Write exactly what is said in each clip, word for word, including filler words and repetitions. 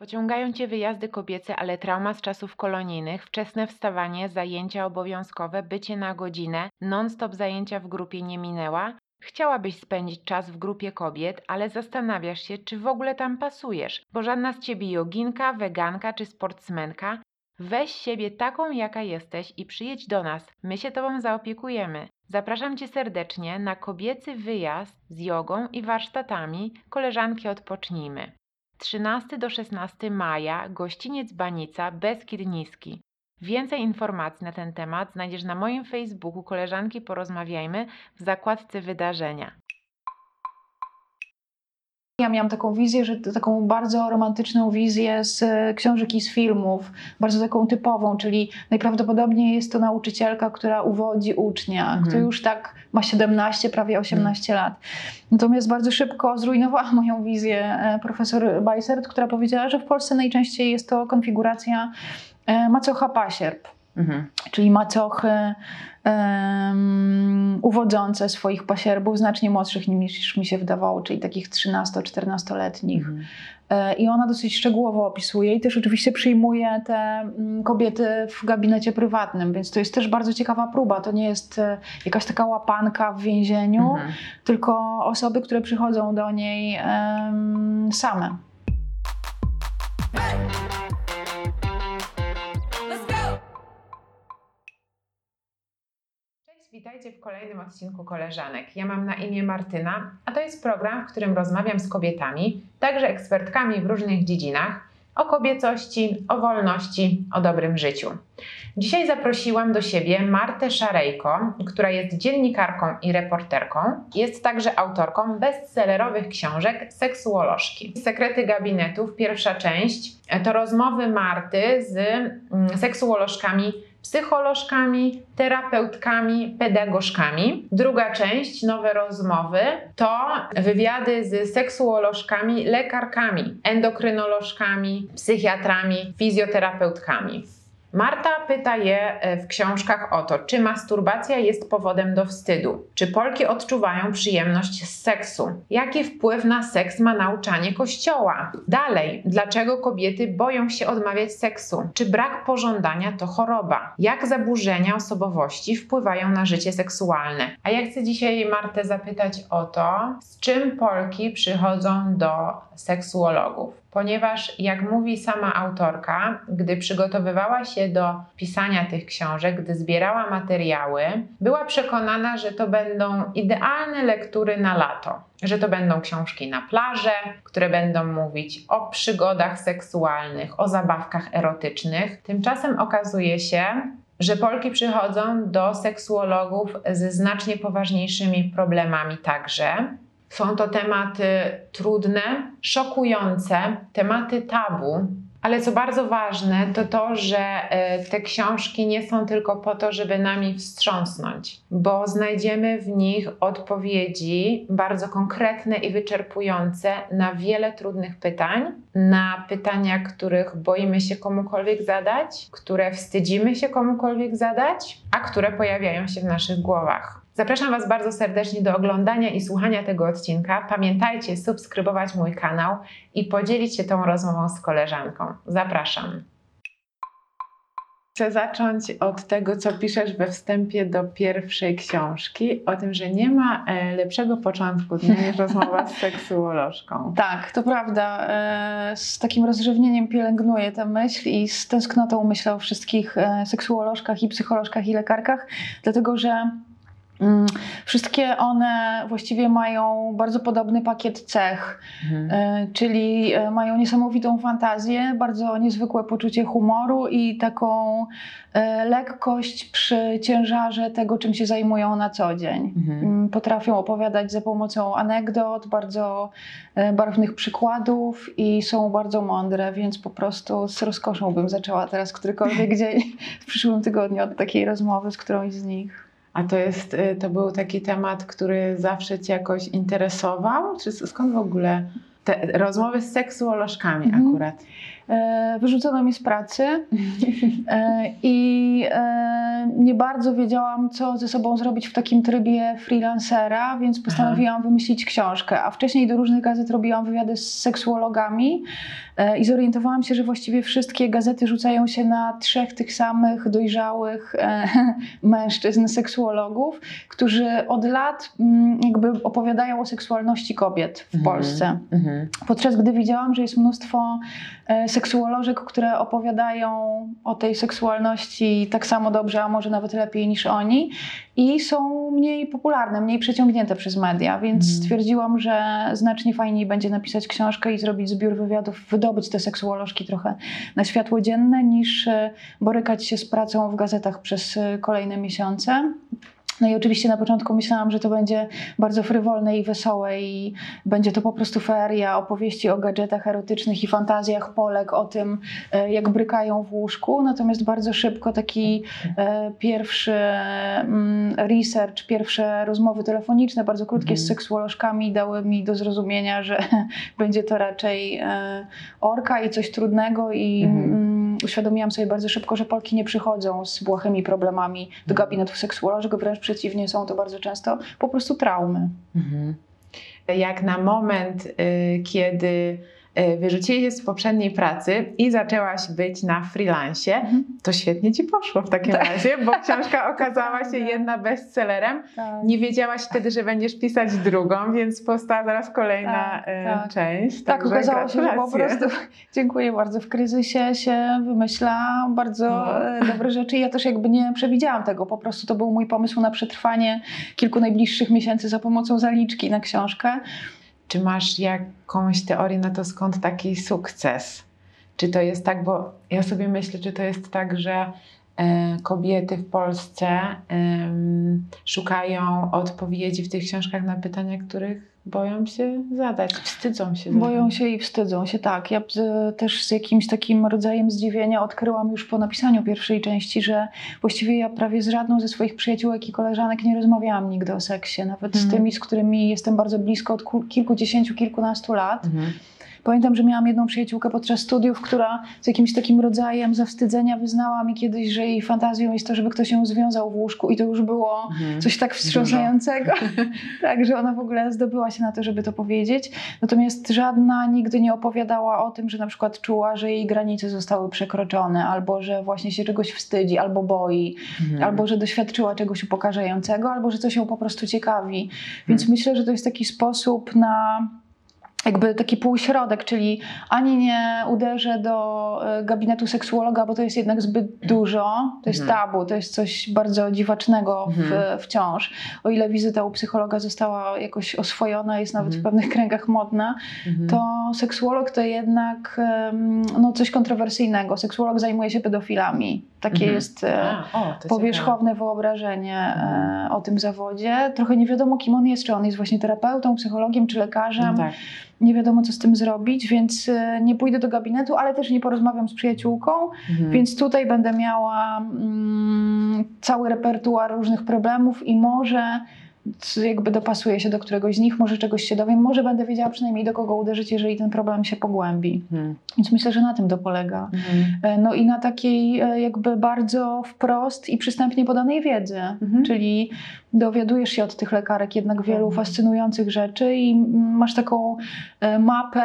Pociągają cię wyjazdy kobiece, ale trauma z czasów kolonijnych, wczesne wstawanie, zajęcia obowiązkowe, bycie na godzinę, non-stop zajęcia w grupie nie minęła? Chciałabyś spędzić czas w grupie kobiet, ale zastanawiasz się, czy w ogóle tam pasujesz, bo żadna z ciebie joginka, weganka czy sportsmenka. Weź siebie taką, jaka jesteś i przyjedź do nas. My się tobą zaopiekujemy. Zapraszam cię serdecznie na kobiecy wyjazd z jogą i warsztatami Koleżanki Odpocznijmy. trzynastego do szesnastego maja, gościniec Banica, Beskid Niski. Więcej informacji na ten temat znajdziesz na moim Facebooku Koleżanki Porozmawiajmy w zakładce wydarzenia. Ja miałam taką wizję, że taką bardzo romantyczną wizję z książek i z filmów, bardzo taką typową, czyli najprawdopodobniej jest to nauczycielka, która uwodzi ucznia, mhm. który już tak ma siedemnaście, prawie osiemnaście mhm. lat. Natomiast bardzo szybko zrujnowała moją wizję profesor Bajsert, która powiedziała, że w Polsce najczęściej jest to konfiguracja macocha-pasierb. Mhm. Czyli macochy um, uwodzące swoich pasierbów, znacznie młodszych niż mi się wydawało, czyli takich trzynasto-czternastoletnich. Mhm. I ona dosyć szczegółowo opisuje i też oczywiście przyjmuje te kobiety w gabinecie prywatnym, więc to jest też bardzo ciekawa próba. To nie jest jakaś taka łapanka w więzieniu, mhm. tylko osoby, które przychodzą do niej um, same. Witajcie w kolejnym odcinku Koleżanek. Ja mam na imię Martyna, a to jest program, w którym rozmawiam z kobietami, także ekspertkami w różnych dziedzinach, o kobiecości, o wolności, o dobrym życiu. Dzisiaj zaprosiłam do siebie Martę Szarejko, która jest dziennikarką i reporterką. Jest także autorką bestsellerowych książek Seksuolożki. Sekrety gabinetów, pierwsza część, to rozmowy Marty z seksuolożkami, psycholożkami, terapeutkami, pedagogzkami. Druga część, nowe rozmowy, to wywiady z seksuolożkami, lekarkami, endokrynolożkami, psychiatrami, fizjoterapeutkami. Marta pyta je w książkach o to, czy masturbacja jest powodem do wstydu, czy Polki odczuwają przyjemność z seksu, jaki wpływ na seks ma nauczanie Kościoła. Dalej, dlaczego kobiety boją się odmawiać seksu, czy brak pożądania to choroba, jak zaburzenia osobowości wpływają na życie seksualne. A ja chcę dzisiaj Martę zapytać o to, z czym Polki przychodzą do seksuologów. Ponieważ, jak mówi sama autorka, gdy przygotowywała się do pisania tych książek, gdy zbierała materiały, była przekonana, że to będą idealne lektury na lato. Że to będą książki na plażę, które będą mówić o przygodach seksualnych, o zabawkach erotycznych. Tymczasem okazuje się, że Polki przychodzą do seksuologów ze znacznie poważniejszymi problemami także. Są to tematy trudne, szokujące, tematy tabu, ale co bardzo ważne, to to, że te książki nie są tylko po to, żeby nami wstrząsnąć, bo znajdziemy w nich odpowiedzi bardzo konkretne i wyczerpujące na wiele trudnych pytań, na pytania, których boimy się komukolwiek zadać, które wstydzimy się komukolwiek zadać, a które pojawiają się w naszych głowach. Zapraszam Was bardzo serdecznie do oglądania i słuchania tego odcinka. Pamiętajcie subskrybować mój kanał i podzielić się tą rozmową z koleżanką. Zapraszam. Chcę zacząć od tego, co piszesz we wstępie do pierwszej książki, o tym, że nie ma lepszego początku dnia niż rozmowa z seksuolożką. Tak, to prawda. Z takim rozrzewnieniem pielęgnuję tę myśl i z tęsknotą myślę o wszystkich seksuolożkach i psycholożkach i lekarkach, dlatego że wszystkie one właściwie mają bardzo podobny pakiet cech, mhm. czyli mają niesamowitą fantazję, bardzo niezwykłe poczucie humoru i taką lekkość przy ciężarze tego, czym się zajmują na co dzień. Mhm. Potrafią opowiadać za pomocą anegdot, bardzo barwnych przykładów i są bardzo mądre, więc po prostu z rozkoszą bym zaczęła teraz którykolwiek dzień w przyszłym tygodniu od takiej rozmowy z którąś z nich. A to jest, to był taki temat, który zawsze Cię jakoś interesował? Czy skąd w ogóle te rozmowy z seksuolożkami mhm. akurat? e, wyrzucono mnie z pracy e, i e, nie bardzo wiedziałam, co ze sobą zrobić w takim trybie freelancera, więc postanowiłam Aha. wymyślić książkę, a wcześniej do różnych gazet robiłam wywiady z seksuologami e, i zorientowałam się, że właściwie wszystkie gazety rzucają się na trzech tych samych dojrzałych e, mężczyzn, seksuologów, którzy od lat m, jakby opowiadają o seksualności kobiet w mhm. Polsce. Mhm. Podczas gdy widziałam, że jest mnóstwo e, seksuolożek, które opowiadają o tej seksualności tak samo dobrze, a może nawet lepiej niż oni i są mniej popularne, mniej przeciągnięte przez media, więc mhm. stwierdziłam, że znacznie fajniej będzie napisać książkę i zrobić zbiór wywiadów, wydobyć te seksuolożki trochę na światło dzienne, niż borykać się z pracą w gazetach przez kolejne miesiące. No i oczywiście na początku myślałam, że to będzie bardzo frywolne i wesołe i będzie to po prostu feria opowieści o gadżetach erotycznych i fantazjach Polek o tym, jak brykają w łóżku. Natomiast bardzo szybko taki e, pierwszy mm, research, pierwsze rozmowy telefoniczne, bardzo krótkie mhm. z seksuolożkami dały mi do zrozumienia, że będzie to raczej e, orka i coś trudnego i mhm. mm, uświadomiłam sobie bardzo szybko, że Polki nie przychodzą z błahymi problemami do gabinetów seksuolożek, wręcz przeciwnie, są to bardzo często po prostu traumy. Mhm. Jak na moment, y, kiedy y, wyrzucili się z poprzedniej pracy i zaczęłaś być na freelancie, mhm. to świetnie ci poszło w takim tak. razie, bo książka okazała się jedna bestsellerem. Tak. Nie wiedziałaś wtedy, że będziesz pisać drugą, więc powstała zaraz kolejna tak, y, tak. część. Tak, okazało się, że po prostu, dziękuję bardzo, w kryzysie się wymyśla bardzo no. dobre rzeczy i ja też jakby nie przewidziałam tego, po prostu to był mój pomysł na przetrwanie kilku najbliższych miesięcy za pomocą zaliczki na książkę. Czy masz jakąś teorię na to, skąd taki sukces? Czy to jest tak, bo ja sobie myślę, czy to jest tak, że e, kobiety w Polsce e, szukają odpowiedzi w tych książkach na pytania, których boją się zadać, wstydzą się zadać. Boją się i wstydzą się, tak. Ja z, też z jakimś takim rodzajem zdziwienia odkryłam już po napisaniu pierwszej części, że właściwie ja prawie z żadną ze swoich przyjaciółek i koleżanek nie rozmawiałam nigdy o seksie. Nawet mhm. z tymi, z którymi jestem bardzo blisko od kilkudziesięciu, kilkunastu lat. Mhm. Pamiętam, że miałam jedną przyjaciółkę podczas studiów, która z jakimś takim rodzajem zawstydzenia wyznała mi kiedyś, że jej fantazją jest to, żeby ktoś ją związał w łóżku i to już było mhm. coś tak wstrząsającego. Tak, że ona w ogóle zdobyła się na to, żeby to powiedzieć. Natomiast żadna nigdy nie opowiadała o tym, że na przykład czuła, że jej granice zostały przekroczone, albo że właśnie się czegoś wstydzi, albo boi, mhm. albo że doświadczyła czegoś upokarzającego, albo że coś ją po prostu ciekawi. Więc mhm. myślę, że to jest taki sposób na jakby taki półśrodek, czyli ani nie uderzę do gabinetu seksuologa, bo to jest jednak zbyt dużo, to jest tabu, to jest coś bardzo dziwacznego w, wciąż. O ile wizyta u psychologa została jakoś oswojona, jest nawet w pewnych kręgach modna, to seksuolog to jednak no, coś kontrowersyjnego. Seksuolog zajmuje się pedofilami. Takie jest A, o, to powierzchowne ciekawe. wyobrażenie mhm. o tym zawodzie. Trochę nie wiadomo, kim on jest, czy on jest właśnie terapeutą, psychologiem, czy lekarzem. No tak. Nie wiadomo, co z tym zrobić, więc nie pójdę do gabinetu, ale też nie porozmawiam z przyjaciółką, mhm. więc tutaj będę miała mm, cały repertuar różnych problemów i może jakby dopasuję się do któregoś z nich, może czegoś się dowiem, może będę wiedziała przynajmniej do kogo uderzyć, jeżeli ten problem się pogłębi. Hmm. Więc myślę, że na tym to polega. Hmm. No i na takiej jakby bardzo wprost i przystępnie podanej wiedzy, hmm. czyli dowiadujesz się od tych lekarek jednak wielu hmm. fascynujących rzeczy i masz taką mapę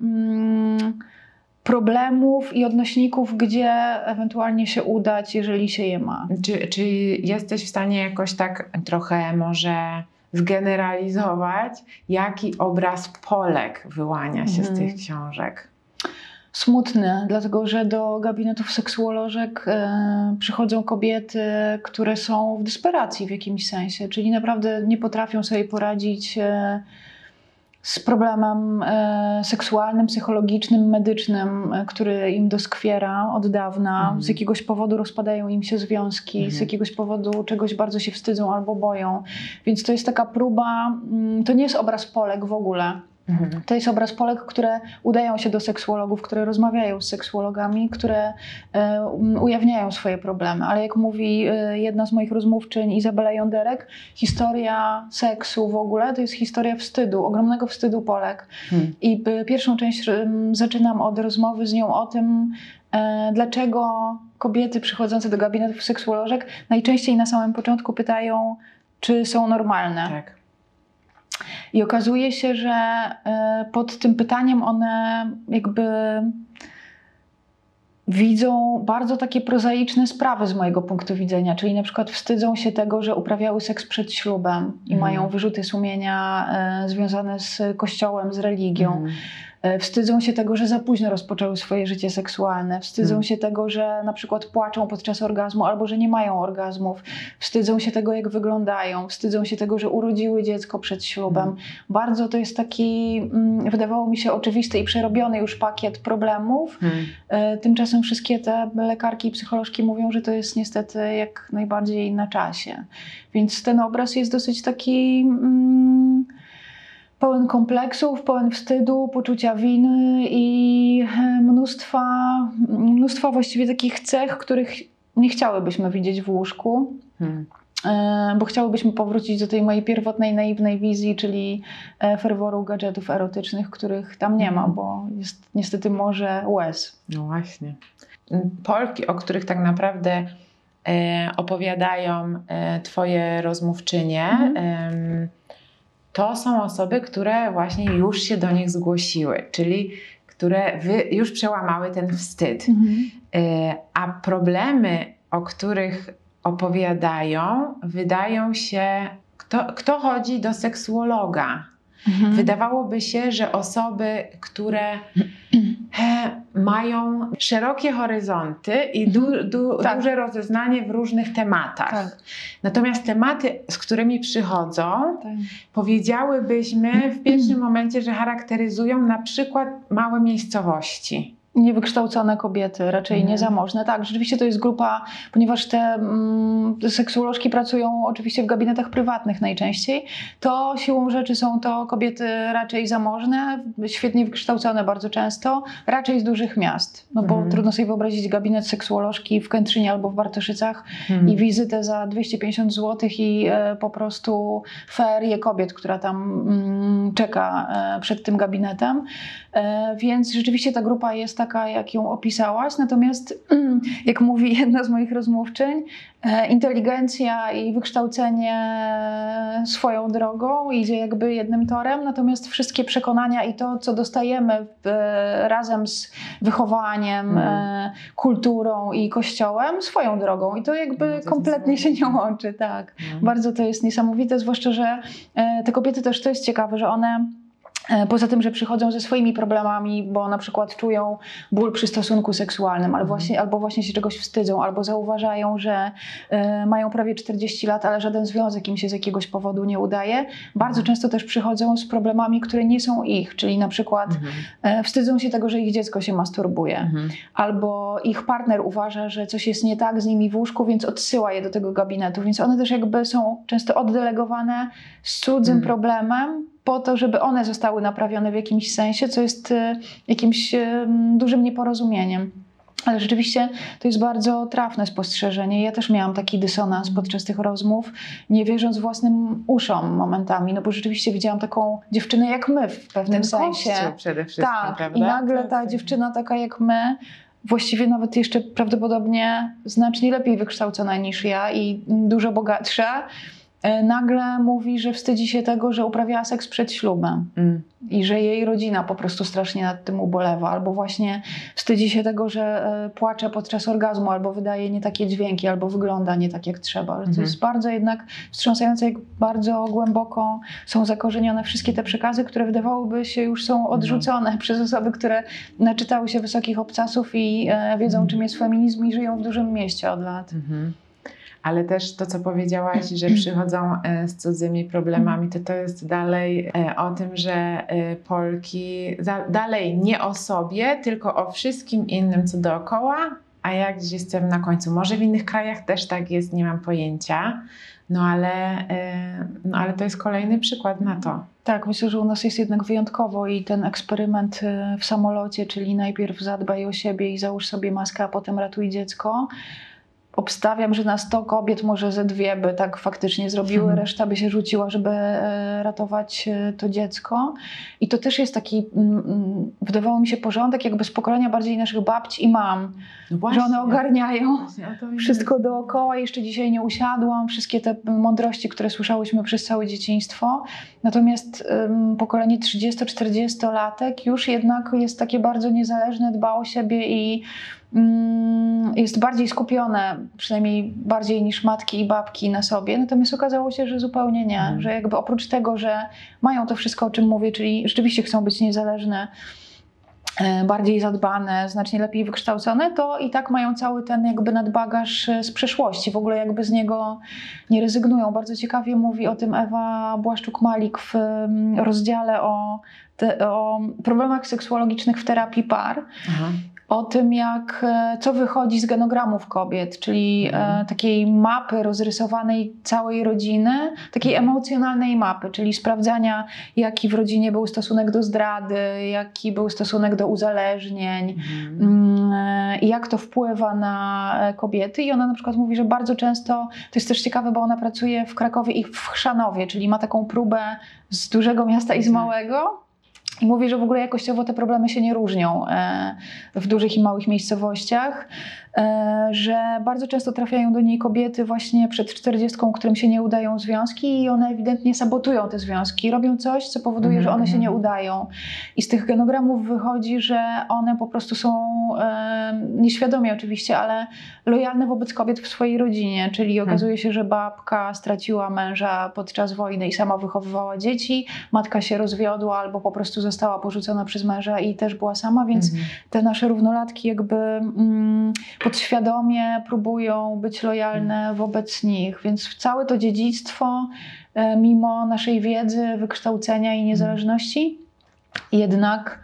mm, problemów i odnośników, gdzie ewentualnie się udać, jeżeli się je ma. Czy, czy jesteś w stanie jakoś tak trochę może zgeneralizować, jaki obraz Polek wyłania się mm. z tych książek? Smutny, dlatego że do gabinetów seksuolożek e, przychodzą kobiety, które są w desperacji w jakimś sensie, czyli naprawdę nie potrafią sobie poradzić e, z problemem e, seksualnym, psychologicznym, medycznym, e, który im doskwiera od dawna. Mhm. Z jakiegoś powodu rozpadają im się związki, mhm. z jakiegoś powodu czegoś bardzo się wstydzą albo boją. Więc to jest taka próba, mm, to nie jest obraz Polek w ogóle. Mhm. To jest obraz Polek, które udają się do seksuologów, które rozmawiają z seksuologami, które e, ujawniają swoje problemy. Ale jak mówi e, jedna z moich rozmówczyń, Izabela Jąderek, historia seksu w ogóle to jest historia wstydu, ogromnego wstydu Polek. Mhm. I e, pierwszą część e, zaczynam od rozmowy z nią o tym, e, dlaczego kobiety przychodzące do gabinetów seksuolożek najczęściej na samym początku pytają, czy są normalne. Tak. I okazuje się, że pod tym pytaniem one jakby widzą bardzo takie prozaiczne sprawy z mojego punktu widzenia, czyli na przykład wstydzą się tego, że uprawiały seks przed ślubem i mm. mają wyrzuty sumienia związane z kościołem, z religią. Mm. Wstydzą się tego, że za późno rozpoczęły swoje życie seksualne. Wstydzą hmm. się tego, że na przykład płaczą podczas orgazmu albo że nie mają orgazmów. Wstydzą się tego, jak wyglądają. Wstydzą się tego, że urodziły dziecko przed ślubem. Hmm. Bardzo to jest taki, mm, wydawało mi się, oczywisty i przerobiony już pakiet problemów. Hmm. Tymczasem wszystkie te lekarki i psycholożki mówią, że to jest niestety jak najbardziej na czasie. Więc ten obraz jest dosyć taki... Mm, pełen kompleksów, pełen wstydu, poczucia winy i mnóstwa, mnóstwa właściwie takich cech, których nie chciałybyśmy widzieć w łóżku, hmm. bo chciałybyśmy powrócić do tej mojej pierwotnej, naiwnej wizji, czyli ferworu gadżetów erotycznych, których tam nie ma, bo jest niestety morze łez. No właśnie. Polki, o których tak naprawdę opowiadają twoje rozmówczynie, hmm. to są osoby, które właśnie już się do nich zgłosiły, czyli które wy już przełamały ten wstyd. Mhm. A problemy, o których opowiadają, wydają się, kto, kto chodzi do seksuologa? Mhm. Wydawałoby się, że osoby, które mają szerokie horyzonty i du, du, tak. duże rozeznanie w różnych tematach. Tak. Natomiast tematy, z którymi przychodzą, tak. powiedziałybyśmy w pierwszym momencie, że charakteryzują na przykład małe miejscowości. Niewykształcone kobiety, raczej mm. niezamożne. Tak, rzeczywiście to jest grupa, ponieważ te mm, seksuolożki pracują oczywiście w gabinetach prywatnych najczęściej, to siłą rzeczy są to kobiety raczej zamożne, świetnie wykształcone bardzo często, raczej z dużych miast. No bo mm. trudno sobie wyobrazić gabinet seksuolożki w Kętrzynie albo w Bartoszycach mm. i wizytę za dwieście pięćdziesiąt złotych i e, po prostu feerię kobiet, która tam mm, czeka e, przed tym gabinetem. E, więc rzeczywiście ta grupa jest taka, jak ją opisałaś, natomiast jak mówi jedna z moich rozmówczyń, inteligencja i wykształcenie swoją drogą idzie jakby jednym torem, natomiast wszystkie przekonania i to, co dostajemy w, razem z wychowaniem, mm. kulturą i kościołem, swoją drogą i to jakby no to kompletnie się nie łączy. Tak. Mm. Bardzo to jest niesamowite, zwłaszcza, że te kobiety też, to jest ciekawe, że one poza tym, że przychodzą ze swoimi problemami, bo na przykład czują ból przy stosunku seksualnym, albo właśnie, albo właśnie się czegoś wstydzą, albo zauważają, że y, mają prawie czterdzieści lat, ale żaden związek im się z jakiegoś powodu nie udaje. Bardzo często też przychodzą z problemami, które nie są ich, czyli na przykład mhm. y, wstydzą się tego, że ich dziecko się masturbuje, mhm. albo ich partner uważa, że coś jest nie tak z nimi w łóżku, więc odsyła je do tego gabinetu. Więc one też jakby są często oddelegowane z cudzym mhm. problemem, po to, żeby one zostały naprawione w jakimś sensie, co jest jakimś dużym nieporozumieniem. Ale rzeczywiście to jest bardzo trafne spostrzeżenie. Ja też miałam taki dysonans podczas tych rozmów, nie wierząc własnym uszom momentami, no bo rzeczywiście widziałam taką dziewczynę jak my w pewnym Ten sensie. Przede wszystkim, tak, prawda? I nagle ta dziewczyna taka jak my, właściwie nawet jeszcze prawdopodobnie znacznie lepiej wykształcona niż ja i dużo bogatsza, nagle mówi, że wstydzi się tego, że uprawiała seks przed ślubem mm. i że jej rodzina po prostu strasznie nad tym ubolewa, albo właśnie wstydzi się tego, że płacze podczas orgazmu, albo wydaje nie takie dźwięki, albo wygląda nie tak jak trzeba. Mm-hmm. To jest bardzo jednak wstrząsające, jak bardzo głęboko są zakorzenione wszystkie te przekazy, które wydawałoby się już są odrzucone mm. przez osoby, które naczytały się wysokich obcasów i e, wiedzą, mm. czym jest feminizm i żyją w dużym mieście od lat. Mm-hmm. Ale też to, co powiedziałaś, że przychodzą z cudzymi problemami, to to jest dalej o tym, że Polki dalej nie o sobie, tylko o wszystkim innym, co dookoła, a ja gdzieś jestem na końcu. Może w innych krajach też tak jest, nie mam pojęcia. No ale, y, no ale to jest kolejny przykład na to. Tak, myślę, że u nas jest jednak wyjątkowo i ten eksperyment w samolocie, czyli najpierw zadbaj o siebie i załóż sobie maskę, a potem ratuj dziecko. Obstawiam, że na sto kobiet może ze dwie by tak faktycznie zrobiły, hmm. reszta by się rzuciła, żeby ratować to dziecko. I to też jest taki, wydawało mi się, porządek jakby z pokolenia bardziej naszych babci i mam, no że one ogarniają wszystko dookoła. Jeszcze dzisiaj nie usiadłam, wszystkie te mądrości, które słyszałyśmy przez całe dzieciństwo. Natomiast um, pokolenie trzydziesto-czterdziestolatek już jednak jest takie bardzo niezależne, dba o siebie i jest bardziej skupione, przynajmniej bardziej niż matki i babki na sobie, natomiast okazało się, że zupełnie nie, mm. że jakby oprócz tego, że mają to wszystko, o czym mówię, czyli rzeczywiście chcą być niezależne, bardziej zadbane, znacznie lepiej wykształcone, to i tak mają cały ten jakby nadbagaż z przeszłości, w ogóle jakby z niego nie rezygnują. Bardzo ciekawie mówi o tym Ewa Błaszczuk-Malik w rozdziale o, te, o problemach seksuologicznych w terapii par. Aha. O tym, jak, co wychodzi z genogramów kobiet, czyli e, takiej mapy rozrysowanej całej rodziny, takiej emocjonalnej mapy, czyli sprawdzania, jaki w rodzinie był stosunek do zdrady, jaki był stosunek do uzależnień mhm. e, i jak to wpływa na kobiety. I ona na przykład mówi, że bardzo często, to jest też ciekawe, bo ona pracuje w Krakowie i w Chrzanowie, czyli ma taką próbę z dużego miasta i z małego. I mówi, że w ogóle jakościowo te problemy się nie różnią w dużych i małych miejscowościach, że bardzo często trafiają do niej kobiety właśnie przed czterdziestką, którym się nie udają związki i one ewidentnie sabotują te związki, robią coś, co powoduje, mm-hmm. że one się nie udają. I z tych genogramów wychodzi, że one po prostu są e, nieświadomie oczywiście, ale lojalne wobec kobiet w swojej rodzinie, czyli hmm. okazuje się, że babka straciła męża podczas wojny i sama wychowywała dzieci, matka się rozwiodła albo po prostu została porzucona przez męża i też była sama, więc mm-hmm. te nasze równolatki jakby mm, podświadomie próbują być lojalne wobec nich, więc całe to dziedzictwo, mimo naszej wiedzy, wykształcenia i niezależności, jednak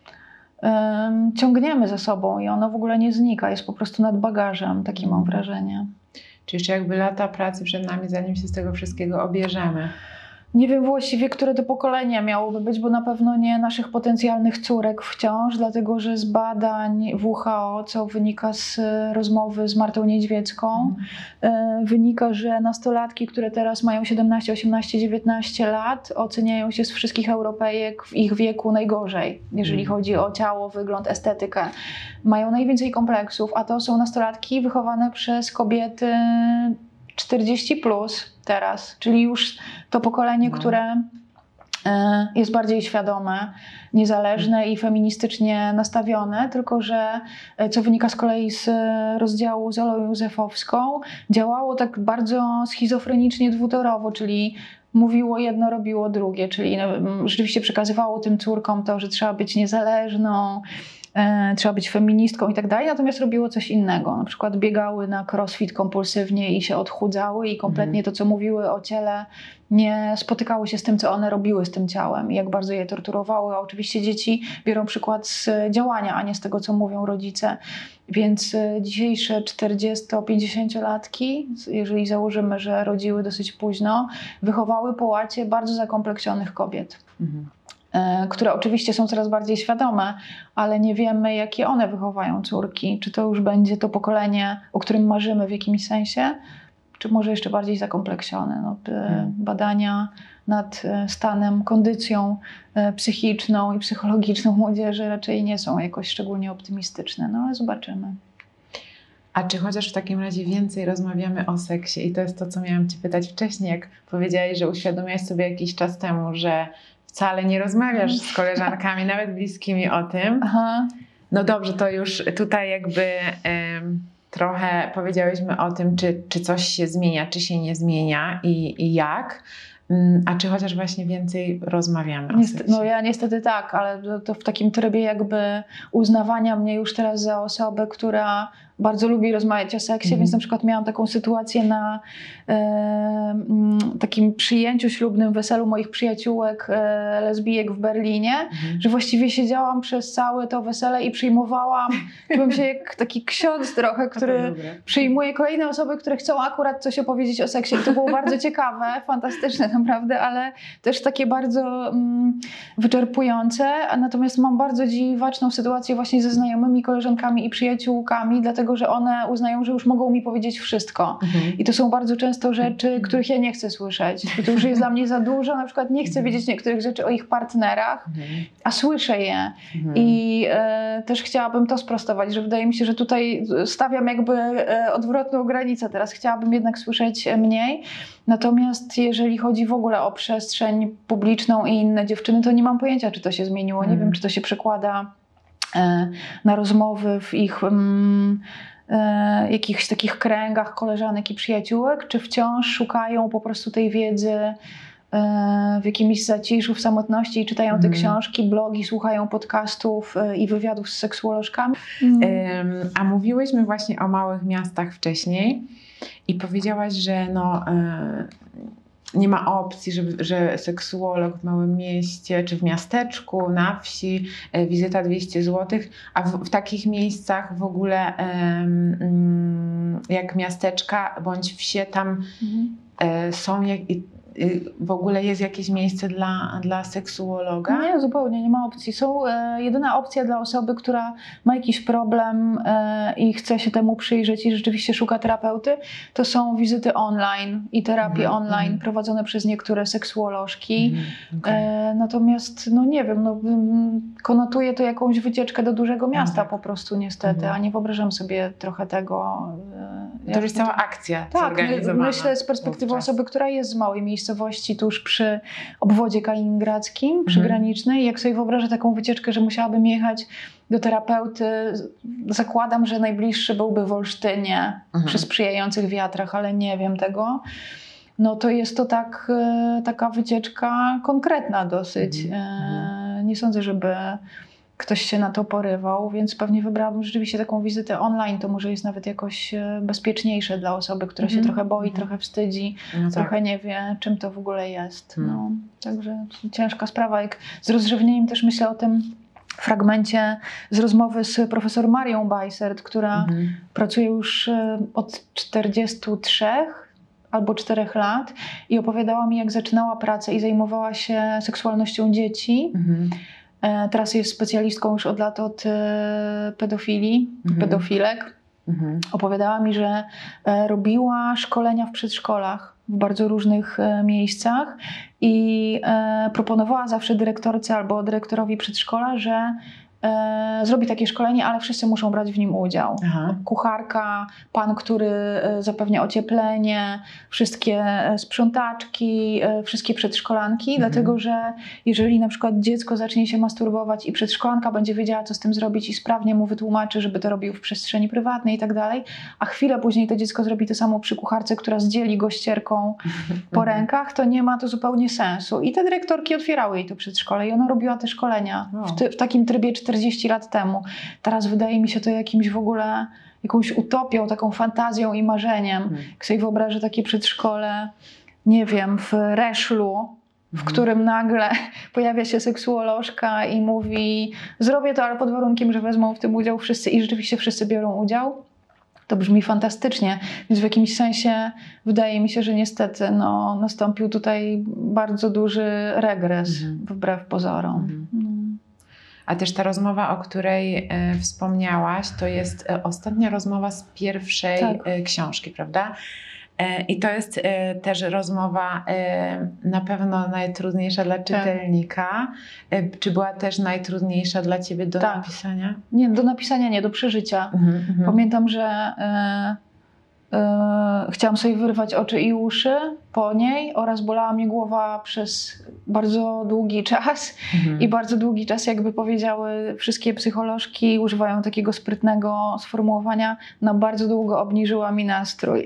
um, ciągniemy za sobą i ono w ogóle nie znika, jest po prostu nad bagażem, takie mam wrażenie. Czy jeszcze jakby lata pracy przed nami, zanim się z tego wszystkiego obierzemy? Nie wiem właściwie, które to pokolenie miałoby być, bo na pewno nie naszych potencjalnych córek wciąż, dlatego że z badań W H O, co wynika z rozmowy z Martą Niedźwiecką, mm. wynika, że nastolatki, które teraz mają siedemnaście, osiemnaście, dziewiętnaście lat, oceniają się z wszystkich Europejek w ich wieku najgorzej, jeżeli mm. chodzi o ciało, wygląd, estetykę. Mają najwięcej kompleksów, a to są nastolatki wychowane przez kobiety czterdzieści plus teraz, czyli już to pokolenie, no. które jest bardziej świadome, niezależne i feministycznie nastawione, tylko że, co wynika z kolei z rozdziału z Olą Józefowską, działało tak bardzo schizofrenicznie dwutorowo, czyli mówiło jedno, robiło drugie, czyli rzeczywiście przekazywało tym córkom to, że trzeba być niezależną, E, trzeba być feministką i tak dalej, natomiast robiło coś innego. Na przykład biegały na crossfit kompulsywnie i się odchudzały i kompletnie mm. to, co mówiły o ciele, nie spotykało się z tym, co one robiły z tym ciałem i jak bardzo je torturowały. A oczywiście dzieci biorą przykład z działania, a nie z tego, co mówią rodzice. Więc dzisiejsze czterdziesto-pięćdziesięciolatki, jeżeli założymy, że rodziły dosyć późno, wychowały po łacie bardzo zakompleksionych kobiet. Mm. które oczywiście są coraz bardziej świadome, ale nie wiemy, jakie one wychowają córki. Czy to już będzie to pokolenie, o którym marzymy w jakimś sensie, czy może jeszcze bardziej zakompleksione. No, hmm. Badania nad stanem, kondycją psychiczną i psychologiczną młodzieży raczej nie są jakoś szczególnie optymistyczne, no ale zobaczymy. A czy chociaż w takim razie więcej rozmawiamy o seksie? I to jest to, co miałam Cię pytać wcześniej, jak powiedziałaś, że uświadomiłaś sobie jakiś czas temu, że wcale nie rozmawiasz z koleżankami, nawet bliskimi o tym. Aha. No dobrze, to już tutaj jakby um, trochę powiedziałyśmy o tym, czy, czy coś się zmienia, czy się nie zmienia i, i jak. Um, a czy chociaż właśnie więcej rozmawiamy o seksie? No ja niestety tak, ale to, to w takim trybie jakby uznawania mnie już teraz za osobę, która bardzo lubi rozmawiać o seksie, Mhm. więc na przykład miałam taką sytuację na e, m, takim przyjęciu ślubnym, weselu moich przyjaciółek e, lesbijek w Berlinie, Mhm. że właściwie siedziałam przez całe to wesele i przyjmowałam, czułam się jak taki ksiądz trochę, który przyjmuje kolejne osoby, które chcą akurat coś opowiedzieć o seksie. I to było bardzo ciekawe, fantastyczne naprawdę, ale też takie bardzo mm, wyczerpujące. A natomiast mam bardzo dziwaczną sytuację właśnie ze znajomymi, koleżankami i przyjaciółkami, dlatego że one uznają, że już mogą mi powiedzieć wszystko. Mhm. I to są bardzo często rzeczy, których ja nie chcę słyszeć. Bo to już jest dla mnie za dużo. Na przykład nie chcę wiedzieć niektórych rzeczy o ich partnerach, Mhm. a słyszę je. Mhm. I e, też chciałabym to sprostować, że wydaje mi się, że tutaj stawiam jakby e, odwrotną granicę. Teraz chciałabym jednak słyszeć mniej. Natomiast jeżeli chodzi w ogóle o przestrzeń publiczną i inne dziewczyny, to nie mam pojęcia, czy to się zmieniło. Nie Mhm. wiem, czy to się przekłada e, na rozmowy w ich mm, e, jakichś takich kręgach koleżanek i przyjaciółek, czy wciąż szukają po prostu tej wiedzy e, w jakimś zaciszu, w samotności i czytają te Mhm. książki, blogi, słuchają podcastów e, i wywiadów z seksuolożkami. Ym, A mówiłyśmy właśnie o małych miastach wcześniej i powiedziałaś, że no, y, nie ma opcji, żeby, że seksuolog w małym mieście czy w miasteczku, na wsi, y, wizyta dwieście złotych, a w, w takich miejscach w ogóle ym, jak miasteczka bądź wsie tam Mhm. y, są jak, y, y, w ogóle jest jakieś miejsce dla, dla seksuologa? Nie, zupełnie nie ma opcji. Są e, jedyna opcja dla osoby, która ma jakiś problem e, i chce się temu przyjrzeć i rzeczywiście szuka terapeuty, to są wizyty online i terapie Mhm, online mhm. prowadzone przez niektóre seksuolożki. Mhm, okej. E, natomiast, no nie wiem, no, mm, konotuje to jakąś wycieczkę do dużego miasta tak. po prostu niestety, Mhm. a nie wyobrażam sobie trochę tego. E, To już cała akcja tak, my, zorganizowana myślę z perspektywy wówczas. osoby, która jest z małej miejscowości tuż przy obwodzie kaliningradzkim, przygranicznej. Mhm. Jak sobie wyobrażę taką wycieczkę, że musiałabym jechać do terapeuty, zakładam, że najbliższy byłby w Olsztynie, Mhm. przy sprzyjających wiatrach, ale nie wiem tego. No to jest to tak, e, taka wycieczka konkretna dosyć. Mhm. E, nie sądzę, żeby ktoś się na to porywał, więc pewnie wybrałabym rzeczywiście taką wizytę online. To może jest nawet jakoś e, bezpieczniejsze dla osoby, która się Mhm. trochę boi, Mhm. trochę wstydzi, No tak. trochę nie wie, czym to w ogóle jest. Hmm. No, także ciężka sprawa. Jak z rozrzewnieniem też myślę o tym fragmencie z rozmowy z profesor Marią Bajsert, która Mhm. pracuje już e, od czterdziestu trzech albo czterech lat i opowiadała mi, jak zaczynała pracę i zajmowała się seksualnością dzieci. Mhm. E, Teraz jest specjalistką już od lat od e, pedofilii, Mhm. pedofilek. Mhm. Opowiadała mi, że e, robiła szkolenia w przedszkolach w bardzo różnych e, miejscach i e, proponowała zawsze dyrektorce albo dyrektorowi przedszkola, że e, zrobi takie szkolenie, ale wszyscy muszą brać w nim udział. Aha. Kucharka, pan, który e, zapewnia ocieplenie, wszystkie e, sprzątaczki, e, wszystkie przedszkolanki, Mhm. dlatego że jeżeli na przykład dziecko zacznie się masturbować i przedszkolanka będzie wiedziała, co z tym zrobić i sprawnie mu wytłumaczy, żeby to robił w przestrzeni prywatnej i tak dalej, a chwilę później to dziecko zrobi to samo przy kucharce, która zdzieli go ścierką po rękach, to nie ma to zupełnie sensu. I te dyrektorki otwierały jej to przedszkole i ona robiła te szkolenia No. w, ty, w takim trybie czterdzieści lat temu. Teraz wydaje mi się to jakimś w ogóle jakąś utopią, taką fantazją i marzeniem. Mhm. Jak sobie wyobrażę takie przedszkole, nie wiem, w Reszlu, w Mhm. którym nagle pojawia się seksuolożka i mówi: zrobię to, ale pod warunkiem, że wezmą w tym udział wszyscy i rzeczywiście wszyscy biorą udział. To brzmi fantastycznie, więc w jakimś sensie wydaje mi się, że niestety no, nastąpił tutaj bardzo duży regres, Mhm. wbrew pozorom. Mhm. No. A też ta rozmowa, o której e, wspomniałaś, to jest e, ostatnia rozmowa z pierwszej Tak. e, książki, prawda? E, I to jest e, też rozmowa e, na pewno najtrudniejsza dla czytelnika. E, czy była też najtrudniejsza dla ciebie do Tak. napisania? Nie, do napisania nie, do przeżycia. Mhm, mhm. Pamiętam, że e, e, chciałam sobie wyrwać oczy i uszy po niej oraz bolała mnie głowa przez bardzo długi czas. Mhm. I bardzo długi czas, jakby powiedziały wszystkie psycholożki, używają takiego sprytnego sformułowania, na bardzo długo obniżyła mi nastrój.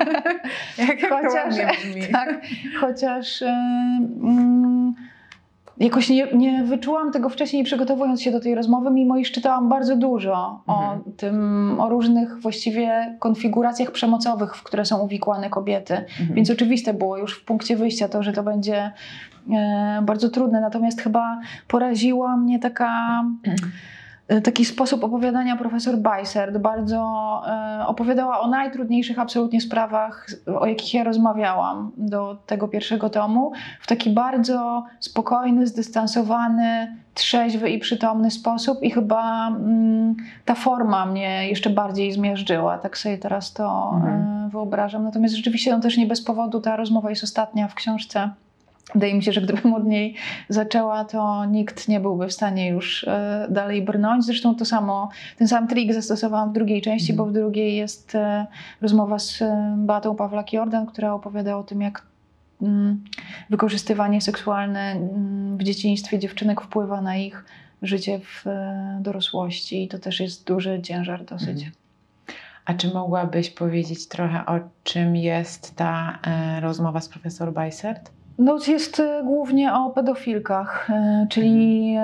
Jak, jak to Chociaż, ładnie brzmi. tak, chociaż e, mm, jakoś nie, nie wyczułam tego wcześniej, nie przygotowując się do tej rozmowy, mimo iż czytałam bardzo dużo mhm. o tym, o różnych właściwie konfiguracjach przemocowych, w które są uwikłane kobiety. Mhm. Więc oczywiste było już w punkcie wyjścia to, że to będzie e, bardzo trudne. Natomiast chyba poraziła mnie taka... Mhm. Taki sposób opowiadania profesor Bajsert. Bardzo e, opowiadała o najtrudniejszych absolutnie sprawach, o jakich ja rozmawiałam do tego pierwszego tomu, w taki bardzo spokojny, zdystansowany, trzeźwy i przytomny sposób i chyba mm, ta forma mnie jeszcze bardziej zmiażdżyła. Tak sobie teraz to mhm. e, wyobrażam. Natomiast rzeczywiście no, też nie bez powodu ta rozmowa jest ostatnia w książce. Wydaje mi się, że gdybym od niej zaczęła, to nikt nie byłby w stanie już e, dalej brnąć. Zresztą to samo, ten sam trik zastosowałam w drugiej części, mm. bo w drugiej jest e, rozmowa z e, Beatą Pawlak-Jordan, która opowiada o tym, jak mm, wykorzystywanie seksualne mm, w dzieciństwie dziewczynek wpływa na ich życie w e, dorosłości. I to też jest duży ciężar dosyć. Mm. A czy mogłabyś powiedzieć trochę, o czym jest ta e, rozmowa z profesor Bajsert? No, jest głównie o pedofilkach, czyli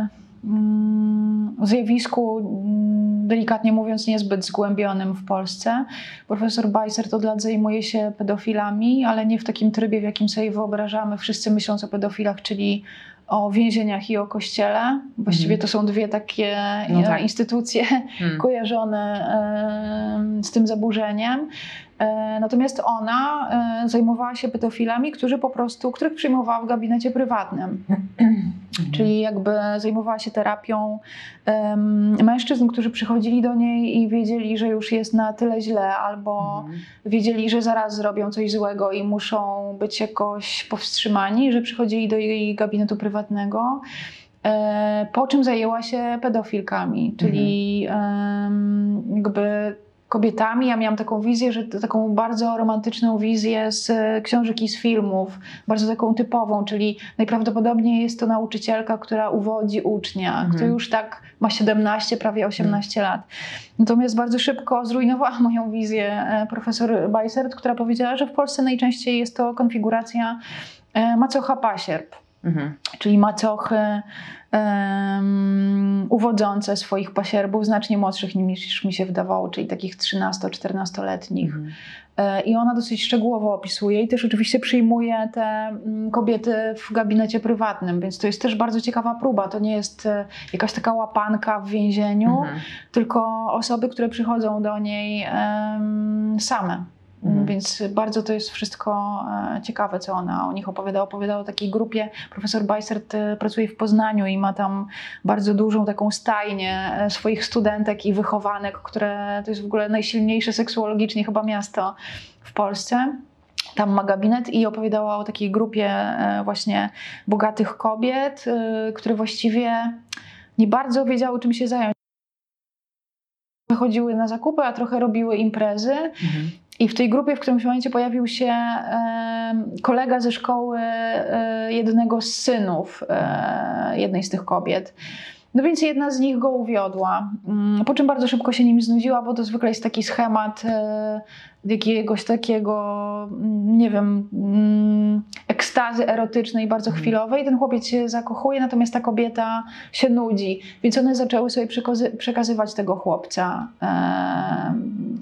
zjawisku, delikatnie mówiąc, niezbyt zgłębionym w Polsce. Profesor Bajsert od lat zajmuje się pedofilami, ale nie w takim trybie, w jakim sobie wyobrażamy wszyscy myśląc o pedofilach, czyli o więzieniach i o kościele. Właściwie to są dwie takie no tak. instytucje hmm. kojarzone e, z tym zaburzeniem. E, natomiast ona e, zajmowała się pedofilami, którzy po prostu, których przyjmowała w gabinecie prywatnym. Czyli jakby zajmowała się terapią e, mężczyzn, którzy przychodzili do niej i wiedzieli, że już jest na tyle źle, albo mhm. wiedzieli, że zaraz zrobią coś złego i muszą być jakoś powstrzymani, że przychodzili do jej gabinetu prywatnego. E, po czym zajęła się pedofilkami, czyli mhm. e, jakby kobietami. Ja miałam taką wizję, że taką bardzo romantyczną wizję z książek i z filmów, bardzo taką typową, czyli najprawdopodobniej jest to nauczycielka, która uwodzi ucznia, mhm. który już tak ma siedemnaście, prawie osiemnaście mhm. lat. Natomiast bardzo szybko zrujnowała moją wizję profesor Bajsert, która powiedziała, że w Polsce najczęściej jest to konfiguracja macocha-pasierb. Mhm. Czyli macochy um, uwodzące swoich pasierbów, znacznie młodszych niż mi się wydawało, czyli takich trzynasto-czternastoletnich. Mhm. E, I ona dosyć szczegółowo opisuje i też oczywiście przyjmuje te kobiety w gabinecie prywatnym, więc to jest też bardzo ciekawa próba. To nie jest jakaś taka łapanka w więzieniu, mhm. tylko osoby, które przychodzą do niej um, same. Mhm. Więc bardzo to jest wszystko ciekawe, co ona o nich opowiada. Opowiada o takiej grupie. Profesor Bajsert pracuje w Poznaniu i ma tam bardzo dużą taką stajnię swoich studentek i wychowanek, które to jest w ogóle najsilniejsze seksuologicznie chyba miasto w Polsce. Tam ma gabinet i opowiadała o takiej grupie właśnie bogatych kobiet, które właściwie nie bardzo wiedziały, czym się zająć. Wychodziły na zakupy, a trochę robiły imprezy. Mhm. I w tej grupie w którymś momencie pojawił się e, kolega ze szkoły e, jednego z synów e, jednej z tych kobiet. No więc jedna z nich go uwiodła, po czym bardzo szybko się nim znudziła, bo to zwykle jest taki schemat e, jakiegoś takiego, nie wiem, ekstazy erotycznej, bardzo chwilowej. Ten chłopiec się zakochuje, natomiast ta kobieta się nudzi. Więc one zaczęły sobie przekazy- przekazywać tego chłopca. E,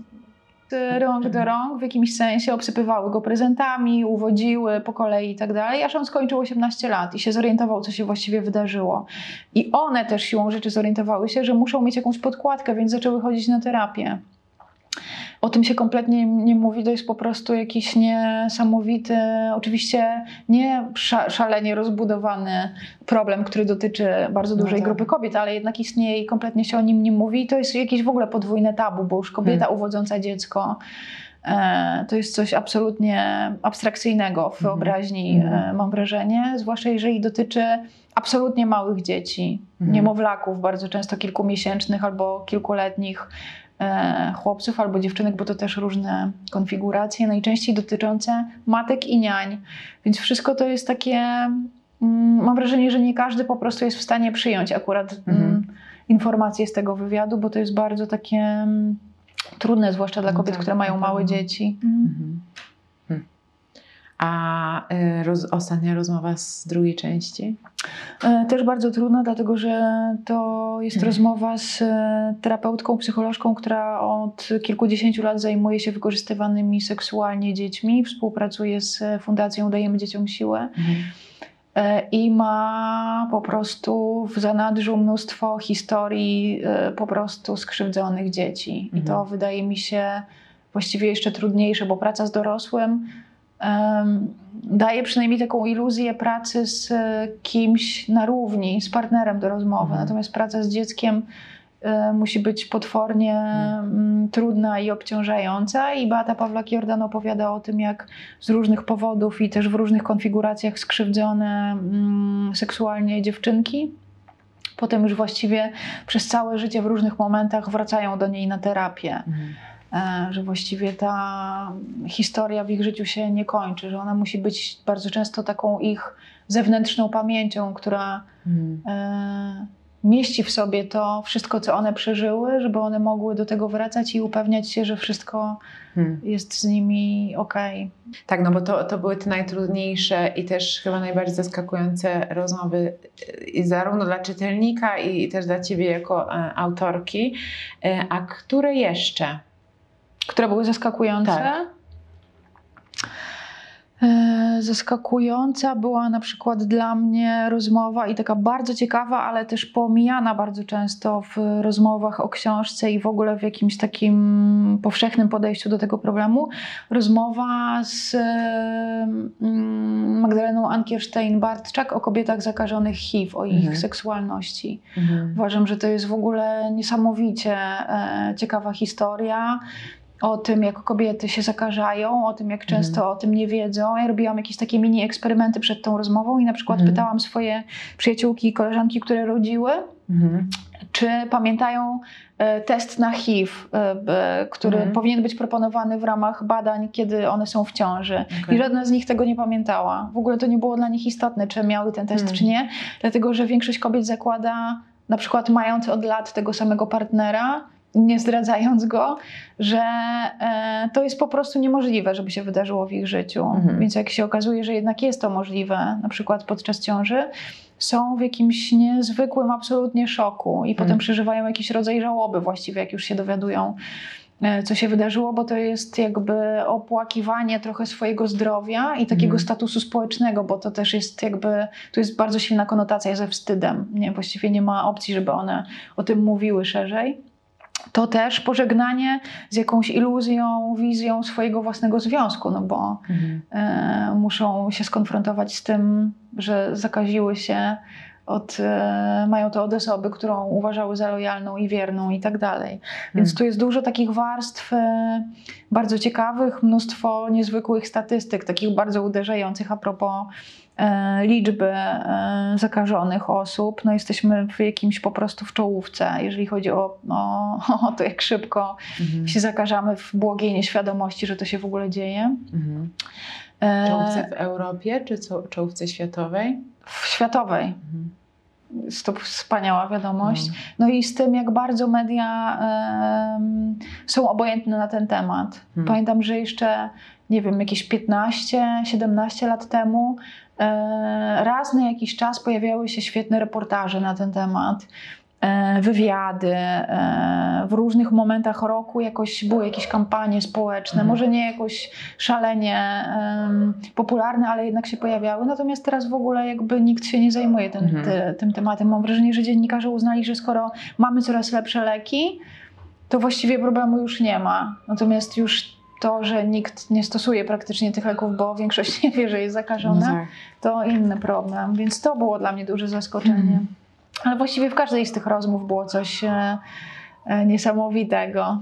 rąk do rąk w jakimś sensie, obsypywały go prezentami, uwodziły po kolei i tak dalej, aż on skończył osiemnaście lat i się zorientował, co się właściwie wydarzyło. I one też siłą rzeczy zorientowały się, że muszą mieć jakąś podkładkę, więc zaczęły chodzić na terapię. O tym się kompletnie nie mówi, to jest po prostu jakiś niesamowity, oczywiście nie szalenie rozbudowany problem, który dotyczy bardzo dużej no tak. grupy kobiet, ale jednak istnieje i kompletnie się o nim nie mówi. I to jest jakieś w ogóle podwójne tabu, bo już kobieta hmm. uwodząca dziecko e, to jest coś absolutnie abstrakcyjnego w wyobraźni, hmm. e, mam wrażenie, zwłaszcza jeżeli dotyczy absolutnie małych dzieci, hmm. niemowlaków, bardzo często kilkumiesięcznych albo kilkuletnich, chłopców albo dziewczynek, bo to też różne konfiguracje, najczęściej dotyczące matek i niań. Więc wszystko to jest takie, mam wrażenie, że nie każdy po prostu jest w stanie przyjąć akurat mhm. informacje z tego wywiadu, bo to jest bardzo takie trudne, zwłaszcza dla kobiet, no tak, które mają małe dzieci. Mhm. Mhm. A y, roz, ostatnia rozmowa z drugiej części? Też bardzo trudna, dlatego że to jest Mhm. rozmowa z terapeutką, psycholożką, która od kilkudziesięciu lat zajmuje się wykorzystywanymi seksualnie dziećmi. Współpracuje z Fundacją Dajemy Dzieciom Siłę. Mhm. I ma po prostu w zanadrzu mnóstwo historii po prostu skrzywdzonych dzieci. Mhm. I to wydaje mi się właściwie jeszcze trudniejsze, bo praca z dorosłym um, daje przynajmniej taką iluzję pracy z kimś na równi, z partnerem do rozmowy. Mhm. Natomiast praca z dzieckiem y, musi być potwornie mhm. y, trudna i obciążająca. I Beata Pawlak-Jordan opowiada o tym, jak z różnych powodów i też w różnych konfiguracjach skrzywdzone y, seksualnie dziewczynki potem już właściwie przez całe życie w różnych momentach wracają do niej na terapię. Mhm. Że właściwie ta historia w ich życiu się nie kończy, że ona musi być bardzo często taką ich zewnętrzną pamięcią, która hmm. e, mieści w sobie to wszystko, co one przeżyły, żeby one mogły do tego wracać i upewniać się, że wszystko hmm. jest z nimi okej. Tak, no bo to, to były te najtrudniejsze i też chyba najbardziej zaskakujące rozmowy i zarówno dla czytelnika i, i też dla ciebie jako e, autorki. E, a które jeszcze? Które były zaskakujące? Tak. Zaskakująca była na przykład dla mnie rozmowa i taka bardzo ciekawa, ale też pomijana bardzo często w rozmowach o książce i w ogóle w jakimś takim powszechnym podejściu do tego problemu. Rozmowa z Magdaleną Ankierstein-Bartczak o kobietach zakażonych H I V, o ich mhm. seksualności. Mhm. Uważam, że to jest w ogóle niesamowicie ciekawa historia. O tym, jak kobiety się zakażają, o tym, jak często mm. o tym nie wiedzą. Ja robiłam jakieś takie mini eksperymenty przed tą rozmową i na przykład mm. pytałam swoje przyjaciółki i koleżanki, które rodziły, mm. czy pamiętają test na H I V, który mm. powinien być proponowany w ramach badań, kiedy one są w ciąży. Okay. I żadna z nich tego nie pamiętała. W ogóle to nie było dla nich istotne, czy miały ten test, mm. czy nie, dlatego że większość kobiet zakłada, na przykład mając od lat tego samego partnera, nie zdradzając go, że e, to jest po prostu niemożliwe, żeby się wydarzyło w ich życiu. Mhm. Więc jak się okazuje, że jednak jest to możliwe, na przykład podczas ciąży, są w jakimś niezwykłym absolutnie szoku i mhm. potem przeżywają jakiś rodzaj żałoby właściwie, jak już się dowiadują, e, co się wydarzyło, bo to jest jakby opłakiwanie trochę swojego zdrowia i takiego mhm. statusu społecznego, bo to też jest jakby, tu jest bardzo silna konotacja ze wstydem. Nie? Właściwie nie ma opcji, żeby one o tym mówiły szerzej. To też pożegnanie z jakąś iluzją, wizją swojego własnego związku, no bo mhm. e, muszą się skonfrontować z tym, że zakaziły się, od, e, mają to od osoby, którą uważały za lojalną i wierną i tak dalej. Więc mhm. tu jest dużo takich warstw e, bardzo ciekawych, mnóstwo niezwykłych statystyk, takich bardzo uderzających a propos liczby zakażonych osób. No jesteśmy w jakimś po prostu w czołówce, jeżeli chodzi o, o, o to, jak szybko mhm. się zakażamy w błogiej nieświadomości, że to się w ogóle dzieje. Mhm. Czołówce w Europie czy czołówce światowej? W światowej. Mhm. Jest to wspaniała wiadomość. Mhm. No i z tym, jak bardzo media um, są obojętne na ten temat. Mhm. Pamiętam, że jeszcze, nie wiem, jakieś piętnaście siedemnaście lat temu raz na jakiś czas pojawiały się świetne reportaże na ten temat, wywiady. W różnych momentach roku jakoś były jakieś kampanie społeczne, mhm. może nie jakoś szalenie um, popularne, ale jednak się pojawiały. Natomiast teraz w ogóle jakby nikt się nie zajmuje ten, mhm. ty, tym tematem. Mam wrażenie, że dziennikarze uznali, że skoro mamy coraz lepsze leki, to właściwie problemu już nie ma. Natomiast już to, że nikt nie stosuje praktycznie tych leków, bo większość nie wie, że jest zakażona, no tak. to inny problem. Więc to było dla mnie duże zaskoczenie. Mm. Ale właściwie w każdej z tych rozmów było coś e, e, niesamowitego.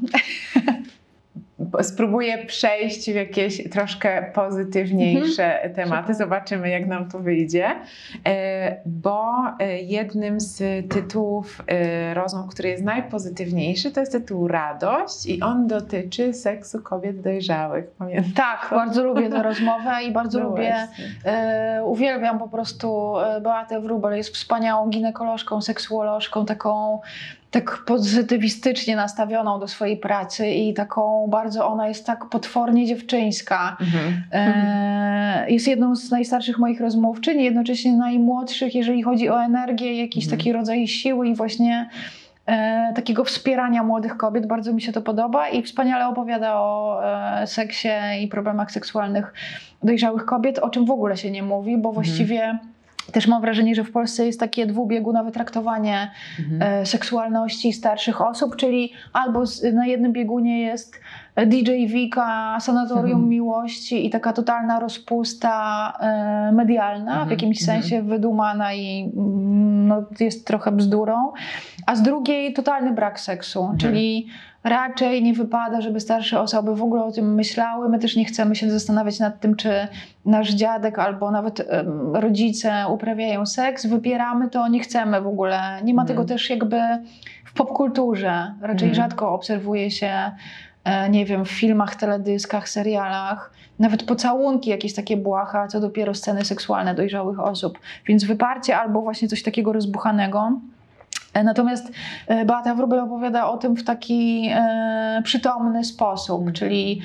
Spróbuję przejść w jakieś troszkę pozytywniejsze mm-hmm. tematy. Zobaczymy, jak nam to wyjdzie. Bo jednym z tytułów rozmów, który jest najpozytywniejszy, to jest tytuł Radość i on dotyczy seksu kobiet dojrzałych. Pamiętam. Tak, bardzo lubię tę rozmowę i bardzo no lubię, e, uwielbiam po prostu Beatę Wróbel. Jest wspaniałą ginekolożką, seksuolożką, taką tak pozytywistycznie nastawioną do swojej pracy i taką bardzo, ona jest tak potwornie dziewczyńska. Mhm. E, jest jedną z najstarszych moich rozmówczyń, jednocześnie najmłodszych, jeżeli chodzi o energię, jakiś mhm. taki rodzaj siły i właśnie e, takiego wspierania młodych kobiet. Bardzo mi się to podoba i wspaniale opowiada o e, seksie i problemach seksualnych dojrzałych kobiet, o czym w ogóle się nie mówi, bo właściwie mhm. też mam wrażenie, że w Polsce jest takie dwubiegunowe traktowanie mhm. e, seksualności starszych osób, czyli albo z, na jednym biegunie jest D J Wika, Sanatorium mhm. Miłości i taka totalna rozpusta e, medialna, mhm. w jakimś mhm. sensie wydumana i no, jest trochę bzdurą, a z drugiej totalny brak seksu, mhm. czyli raczej nie wypada, żeby starsze osoby w ogóle o tym myślały. My też nie chcemy się zastanawiać nad tym, czy nasz dziadek albo nawet um, rodzice uprawiają seks. Wybieramy to, nie chcemy w ogóle. Nie ma mm. tego też jakby w popkulturze. Raczej mm. rzadko obserwuje się, e, nie wiem, w filmach, teledyskach, serialach. Nawet pocałunki, jakieś takie błaha, co dopiero sceny seksualne dojrzałych osób. Więc wyparcie albo właśnie coś takiego rozbuchanego. Natomiast Beata Wróbel opowiada o tym w taki e, przytomny sposób, mm. czyli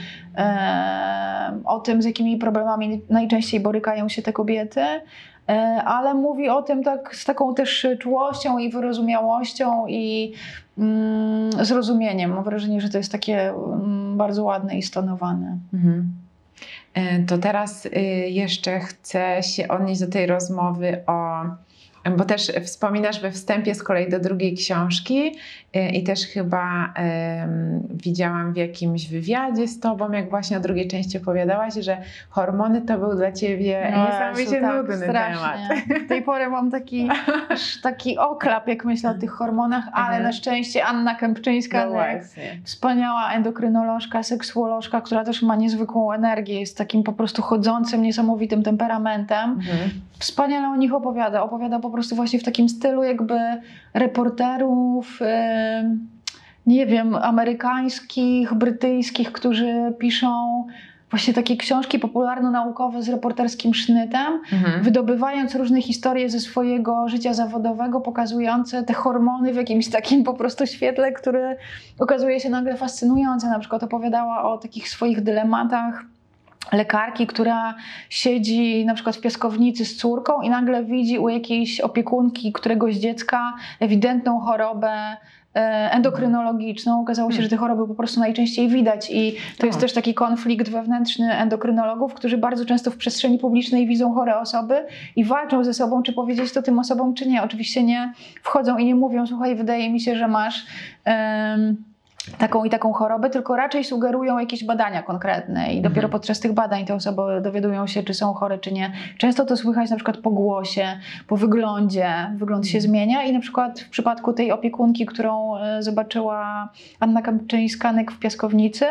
e, o tym, z jakimi problemami najczęściej borykają się te kobiety, e, ale mówi o tym tak z taką też czułością i wyrozumiałością i mm, zrozumieniem. Mam wrażenie, że to jest takie mm, bardzo ładne i stonowane. Mm. To teraz y, jeszcze chcę się odnieść do tej rozmowy o... Bo też wspominasz we wstępie z kolei do drugiej książki i też chyba um, widziałam w jakimś wywiadzie z tobą, jak właśnie o drugiej części opowiadałaś, że hormony to był dla ciebie no niesamowicie tak, nudny strasznie. temat. Do tej pory mam taki, taki oklap, jak myślę o tych hormonach, ale mhm. na szczęście Anna Kępczyńska, no wspaniała endokrynolożka, seksuolożka, która też ma niezwykłą energię, jest takim po prostu chodzącym, niesamowitym temperamentem. Mhm. Wspaniale o nich opowiada. Opowiada po prostu właśnie w takim stylu jakby reporterów, yy, nie wiem, amerykańskich, brytyjskich, którzy piszą właśnie takie książki popularno-naukowe z reporterskim sznytem, mhm. wydobywając różne historie ze swojego życia zawodowego, pokazujące te hormony w jakimś takim po prostu świetle, które okazuje się nagle fascynujące. Na przykład opowiadała o takich swoich dylematach lekarki, która siedzi na przykład w piaskownicy z córką i nagle widzi u jakiejś opiekunki któregoś dziecka ewidentną chorobę endokrynologiczną. Okazało się, że te choroby po prostu najczęściej widać i to jest też taki konflikt wewnętrzny endokrynologów, którzy bardzo często w przestrzeni publicznej widzą chore osoby i walczą ze sobą, czy powiedzieć to tym osobom, czy nie. Oczywiście nie wchodzą i nie mówią, słuchaj, wydaje mi się, że masz um, taką i taką chorobę, tylko raczej sugerują jakieś badania konkretne i dopiero mhm. podczas tych badań te osoby dowiadują się, czy są chore, czy nie. Często to słychać na przykład po głosie, po wyglądzie. Wygląd się zmienia i na przykład w przypadku tej opiekunki, którą zobaczyła Anna Kępczyńska-Nyk w piaskownicy,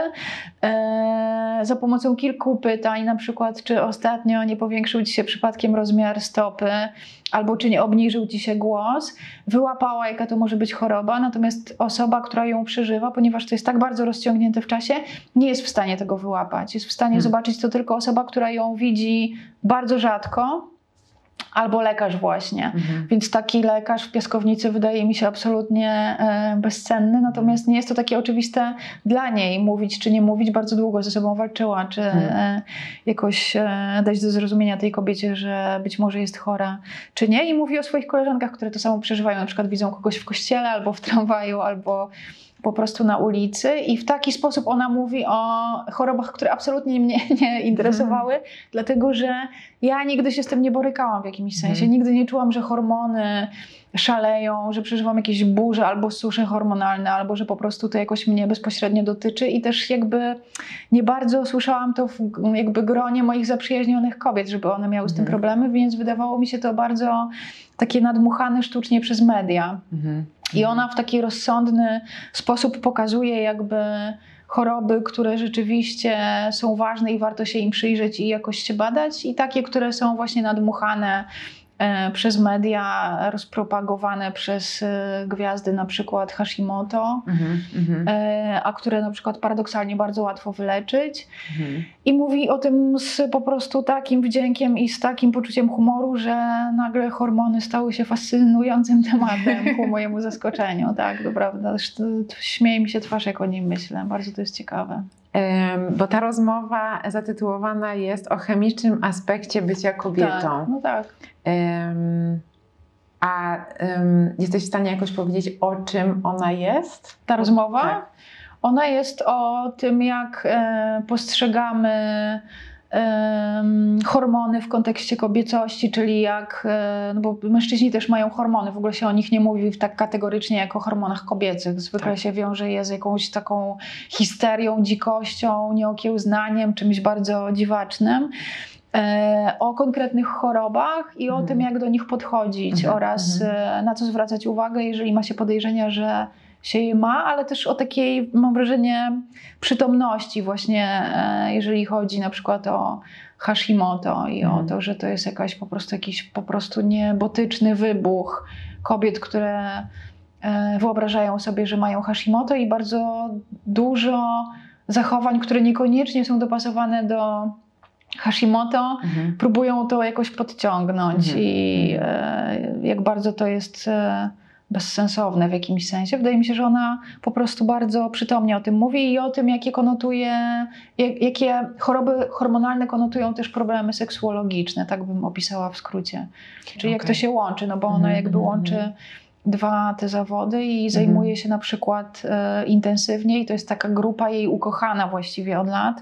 e, za pomocą kilku pytań, na przykład czy ostatnio nie powiększył ci się przypadkiem rozmiar stopy, albo czy nie obniżył ci się głos, wyłapała, jaka to może być choroba, natomiast osoba, która ją przeżywa, ponieważ to jest tak bardzo rozciągnięte w czasie, nie jest w stanie tego wyłapać. Jest w stanie hmm. zobaczyć to tylko osoba, która ją widzi bardzo rzadko, albo lekarz właśnie. Mhm. Więc taki lekarz w piaskownicy wydaje mi się absolutnie e, bezcenny, natomiast nie jest to takie oczywiste dla niej mówić czy nie mówić. Bardzo długo ze sobą walczyła, czy mhm. e, jakoś e, dać do zrozumienia tej kobiecie, że być może jest chora, czy nie. I mówi o swoich koleżankach, które to samo przeżywają. Na przykład widzą kogoś w kościele, albo w tramwaju, albo po prostu na ulicy i w taki sposób ona mówi o chorobach, które absolutnie mnie nie interesowały, mm. dlatego że ja nigdy się z tym nie borykałam w jakimś sensie. Mm. Nigdy nie czułam, że hormony szaleją, że przeżywam jakieś burze albo susze hormonalne, albo że po prostu to jakoś mnie bezpośrednio dotyczy i też jakby nie bardzo słyszałam to w jakby gronie moich zaprzyjaźnionych kobiet, żeby one miały z tym mm. problemy, więc wydawało mi się to bardzo takie nadmuchane sztucznie przez media. Mm. I ona w taki rozsądny sposób pokazuje jakby choroby, które rzeczywiście są ważne i warto się im przyjrzeć i jakoś się badać, i takie, które są właśnie nadmuchane przez media rozpropagowane przez gwiazdy, na przykład Hashimoto, mm-hmm. a które na przykład paradoksalnie bardzo łatwo wyleczyć. Mm-hmm. I mówi o tym z po prostu takim wdziękiem i z takim poczuciem humoru, że nagle hormony stały się fascynującym tematem ku mojemu zaskoczeniu. Tak, to prawda. Śmieje mi się twarz, jak o nim myślę. Bardzo to jest ciekawe. Um, bo ta rozmowa zatytułowana jest o chemicznym aspekcie bycia kobietą. Tak, no tak. Um, a um, jesteś w stanie jakoś powiedzieć, o czym ona jest? Ta rozmowa? Tak. Ona jest o tym, jak e, postrzegamy e, hormony w kontekście kobiecości, czyli jak, e, no bo mężczyźni też mają hormony, w ogóle się o nich nie mówi tak kategorycznie jak o hormonach kobiecych. Zwykle tak. się wiąże je z jakąś taką histerią, dzikością, nieokiełznaniem, czymś bardzo dziwacznym. O konkretnych chorobach i o mm. tym, jak do nich podchodzić mm. oraz mm. na co zwracać uwagę, jeżeli ma się podejrzenia, że się je ma, ale też o takiej, mam wrażenie, przytomności właśnie, jeżeli chodzi na przykład o Hashimoto i mm. o to, że to jest jakaś po prostu jakiś po prostu niebotyczny wybuch kobiet, które wyobrażają sobie, że mają Hashimoto i bardzo dużo zachowań, które niekoniecznie są dopasowane do Hashimoto, mhm. próbują to jakoś podciągnąć mhm. i e, jak bardzo to jest e, bezsensowne w jakimś sensie. Wydaje mi się, że ona po prostu bardzo przytomnie o tym mówi i o tym, jakie konotuje, jak, jakie choroby hormonalne konotują też problemy seksuologiczne, tak bym opisała w skrócie. Czyli okay. jak to się łączy, no bo ona mhm. jakby łączy dwa te zawody i zajmuje się na przykład e, intensywnie i to jest taka grupa jej ukochana właściwie od lat.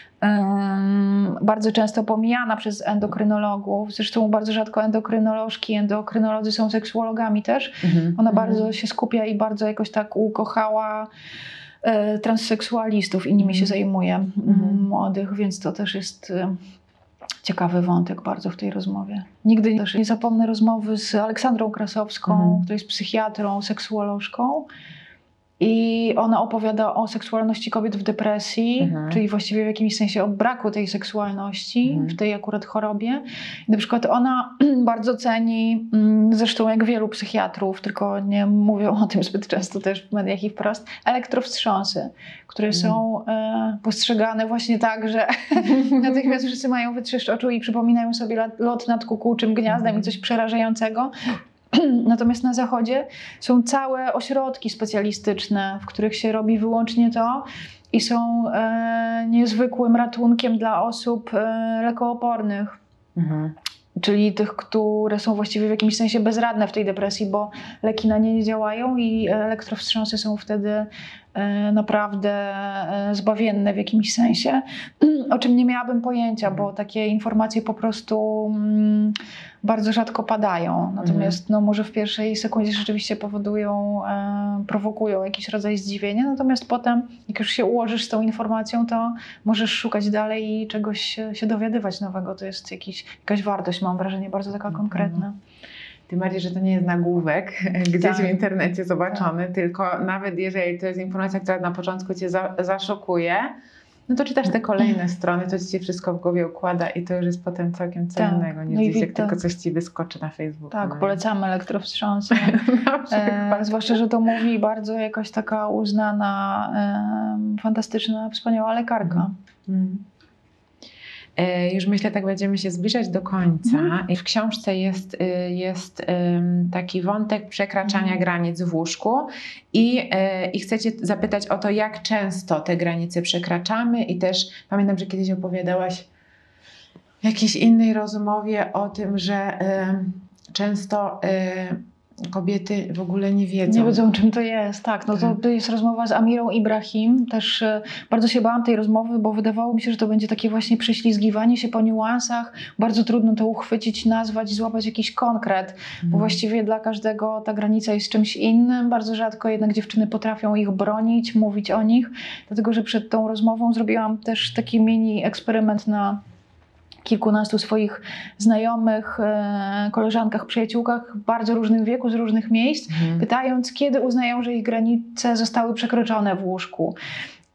Um, bardzo często pomijana przez endokrynologów, zresztą bardzo rzadko endokrynolożki, endokrynolodzy są seksuologami też. Mm-hmm. Ona mm-hmm. bardzo się skupia i bardzo jakoś tak ukochała e, transseksualistów i nimi mm-hmm. się zajmuje mm-hmm. młodych, więc to też jest e, ciekawy wątek bardzo w tej rozmowie. Nigdy też nie zapomnę rozmowy z Aleksandrą Krasowską, mm-hmm. która jest psychiatrą, seksuolożką. I ona opowiada o seksualności kobiet w depresji, mhm. czyli właściwie w jakimś sensie o braku tej seksualności, mhm. w tej akurat chorobie. I na przykład ona bardzo ceni, zresztą jak wielu psychiatrów, tylko nie mówią o tym zbyt często też w mediach i wprost, elektrowstrząsy, które mhm. są e, postrzegane właśnie tak, że natychmiast wszyscy mają wytrzeszcz oczu i przypominają sobie lot nad kukułczym gniazdem mhm. i coś przerażającego. Natomiast na zachodzie są całe ośrodki specjalistyczne, w których się robi wyłącznie to i są e, niezwykłym ratunkiem dla osób e, lekoopornych. Mhm. Czyli tych, które są właściwie w jakimś sensie bezradne w tej depresji, bo leki na nie nie działają i elektrowstrząsy są wtedy e, naprawdę e, zbawienne w jakimś sensie, o czym nie miałabym pojęcia, bo takie informacje po prostu mm, bardzo rzadko padają. Natomiast no, może w pierwszej sekundzie rzeczywiście powodują, e, prowokują jakiś rodzaj zdziwienia, natomiast potem, jak już się ułożysz z tą informacją, to możesz szukać dalej i czegoś się, się dowiadywać nowego. To jest jakiś, jakaś wartość, mam wrażenie, bardzo taka konkretna. Tym bardziej, że to nie jest nagłówek gdzieś tak. w internecie zobaczony, tak. tylko nawet jeżeli to jest informacja, która na początku cię za, zaszokuje, no to czytasz te kolejne strony, to ci się wszystko w głowie układa i to już jest potem całkiem co tak. innego, niż no jak tylko coś ci wyskoczy na Facebooku. Tak, no. polecamy elektrowstrząsy. e, zwłaszcza, że to mówi bardzo jakaś taka uznana, e, fantastyczna, wspaniała lekarka. Mm. Już myślę, tak będziemy się zbliżać do końca. Mm. W książce jest, jest taki wątek przekraczania mm. granic w łóżku i, i chcę cię zapytać o to, jak często te granice przekraczamy i też pamiętam, że kiedyś opowiadałaś w jakiejś innej rozmowie o tym, że często kobiety w ogóle nie wiedzą. Nie wiedzą, czym to jest, tak. No to, to jest rozmowa z Amirą Ibrahim. Też e, bardzo się bałam tej rozmowy, bo wydawało mi się, że to będzie takie właśnie prześlizgiwanie się po niuansach. Bardzo trudno to uchwycić, nazwać, złapać jakiś konkret, mm. bo właściwie dla każdego ta granica jest czymś innym. Bardzo rzadko jednak dziewczyny potrafią ich bronić, mówić o nich. Dlatego, że przed tą rozmową zrobiłam też taki mini eksperyment na kilkunastu swoich znajomych, koleżankach, przyjaciółkach w bardzo różnym wieku, z różnych miejsc, mhm. pytając, kiedy uznają, że ich granice zostały przekroczone w łóżku.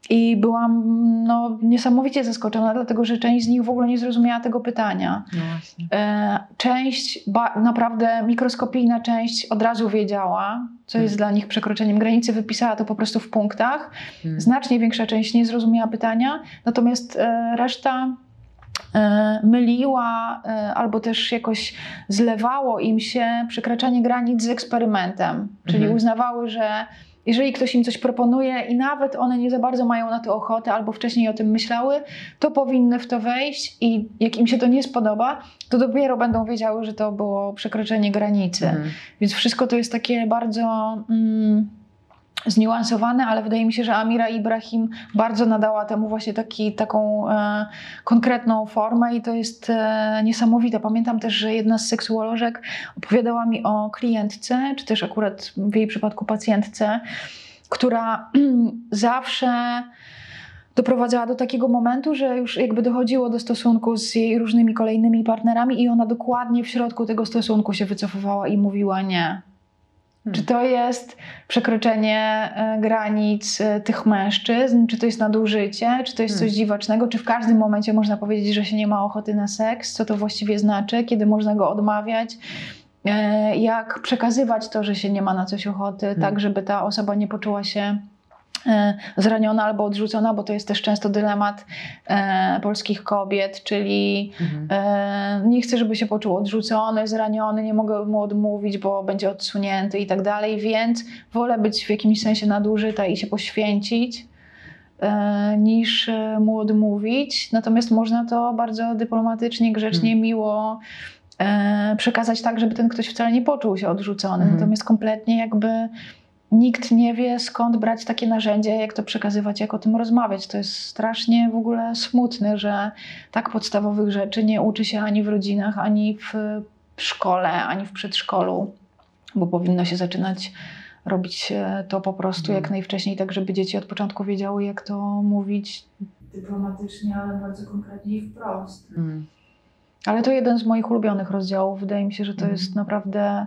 I byłam no, niesamowicie zaskoczona, dlatego że część z nich w ogóle nie zrozumiała tego pytania. No właśnie. E, część, ba, naprawdę mikroskopijna część od razu wiedziała, co jest Hmm. dla nich przekroczeniem granicy, wypisała to po prostu w punktach. Hmm. Znacznie większa część nie zrozumiała pytania, natomiast e, reszta e, myliła e, albo też jakoś zlewało im się przekraczanie granic z eksperymentem. Czyli Mhm. uznawały, że jeżeli ktoś im coś proponuje i nawet one nie za bardzo mają na to ochotę albo wcześniej o tym myślały, to powinny w to wejść i jak im się to nie spodoba, to dopiero będą wiedziały, że to było przekroczenie granicy. Mhm. Więc wszystko to jest takie bardzo mm, zniuansowane, ale wydaje mi się, że Amira Ibrahim bardzo nadała temu właśnie taki, taką e, konkretną formę i to jest e, niesamowite. Pamiętam też, że jedna z seksuolożek opowiadała mi o klientce, czy też akurat w jej przypadku pacjentce, która zawsze doprowadzała do takiego momentu, że już jakby dochodziło do stosunku z jej różnymi kolejnymi partnerami i ona dokładnie w środku tego stosunku się wycofywała i mówiła nie. Hmm. Czy to jest przekroczenie granic tych mężczyzn, czy to jest nadużycie, czy to jest coś hmm. dziwacznego, czy w każdym momencie można powiedzieć, że się nie ma ochoty na seks, co to właściwie znaczy, kiedy można go odmawiać, jak przekazywać to, że się nie ma na coś ochoty, hmm. tak żeby ta osoba nie poczuła się zraniona albo odrzucona, bo to jest też często dylemat e, polskich kobiet, czyli mhm. e, nie chcę, żeby się poczuł odrzucony, zraniony, nie mogę mu odmówić, bo będzie odsunięty i tak dalej, więc wolę być w jakimś sensie nadużyta i się poświęcić, e, niż mu odmówić. Natomiast można to bardzo dyplomatycznie, grzecznie, mhm. miło e, przekazać tak, żeby ten ktoś wcale nie poczuł się odrzucony. Mhm. Natomiast kompletnie jakby nikt nie wie, skąd brać takie narzędzie, jak to przekazywać, jak o tym rozmawiać. To jest strasznie w ogóle smutne, że tak podstawowych rzeczy nie uczy się ani w rodzinach, ani w szkole, ani w przedszkolu, bo powinno się zaczynać robić to po prostu jak najwcześniej, tak żeby dzieci od początku wiedziały, jak to mówić dyplomatycznie, ale bardzo konkretnie i wprost. Mm. Ale to jeden z moich ulubionych rozdziałów. Wydaje mi się, że to mm. jest naprawdę...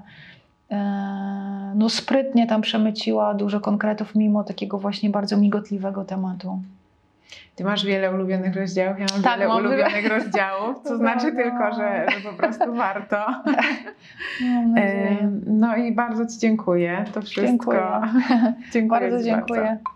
no sprytnie tam przemyciła dużo konkretów mimo takiego właśnie bardzo migotliwego tematu. Ty masz wiele ulubionych rozdziałów, ja mam tak, wiele mam ulubionych rozdziałów, co znaczy no. tylko, że, że po prostu warto. Mam nadzieję. No i bardzo Ci dziękuję. To wszystko. Dziękuję. dziękuję bardzo Ci dziękuję. Bardzo.